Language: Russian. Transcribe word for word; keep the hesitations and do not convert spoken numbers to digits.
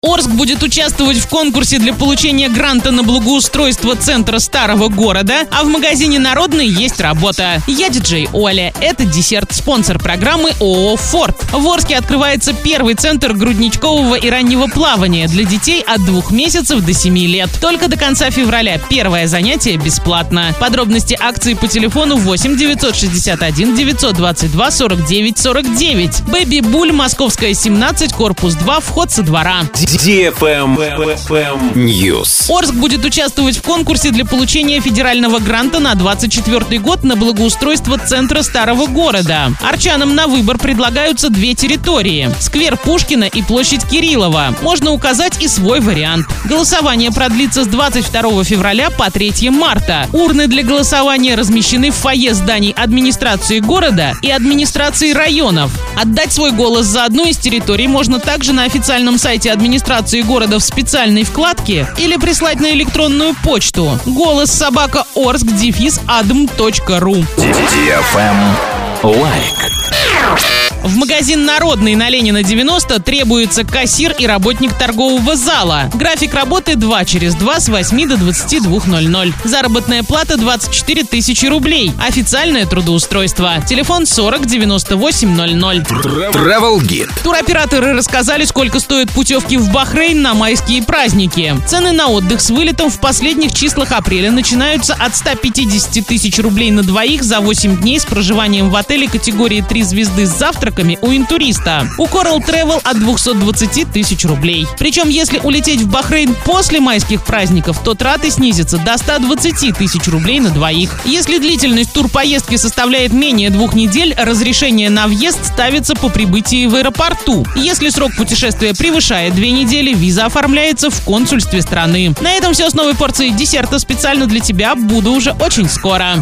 Орск будет участвовать в конкурсе для получения гранта на благоустройство центра старого города, а в магазине «Народный» есть работа. Я диджей Оля. Это десерт, спонсор программы ООО «Форд». В Орске открывается первый центр грудничкового и раннего плавания для детей от двух месяцев до семи лет. Только до конца февраля. Первое занятие бесплатно. Подробности акции по телефону восемь девятьсот шестьдесят один девятьсот двадцать два сорок девять сорок девять. Бэби Буль, Московская, семнадцать, корпус два, вход со двора. News. Орск будет участвовать в конкурсе для получения федерального гранта на двадцать четвёртый год на благоустройство центра старого города. Арчанам на выбор предлагаются две территории – сквер Пушкина и площадь Кириллова. Можно указать и свой вариант. Голосование продлится с двадцать второго февраля по третье марта. Урны для голосования размещены в фойе зданий администрации города и администрации районов. Отдать свой голос за одну из территорий можно также на официальном сайте администрации города в специальной вкладке или прислать на электронную почту голос собака орск дефис адм точка ру. Лайк. В магазин «Народный» на Ленина девяносто требуется кассир и работник торгового зала. График работы два через два с восьми до двадцати двух ноль-ноль. Заработная плата двадцать четыре тысячи рублей. Официальное трудоустройство. Телефон сорок девяносто восемь ноль ноль. Travel Guide. Туроператоры рассказали, сколько стоят путевки в Бахрейн на майские праздники. Цены на отдых с вылетом в последних числах апреля начинаются от ста пятидесяти тысяч рублей на двоих за восемь дней с проживанием в отеле категории три звезды с завтраком у интуриста. У Coral Travel от двухсот двадцати тысяч рублей. Причем, если улететь в Бахрейн после майских праздников, то траты снизятся до ста двадцати тысяч рублей на двоих. Если длительность турпоездки составляет менее двух недель, разрешение на въезд ставится по прибытии в аэропорту. Если срок путешествия превышает две недели, виза оформляется в консульстве страны. На этом все с новой порцией десерта специально для тебя. Буду уже очень скоро.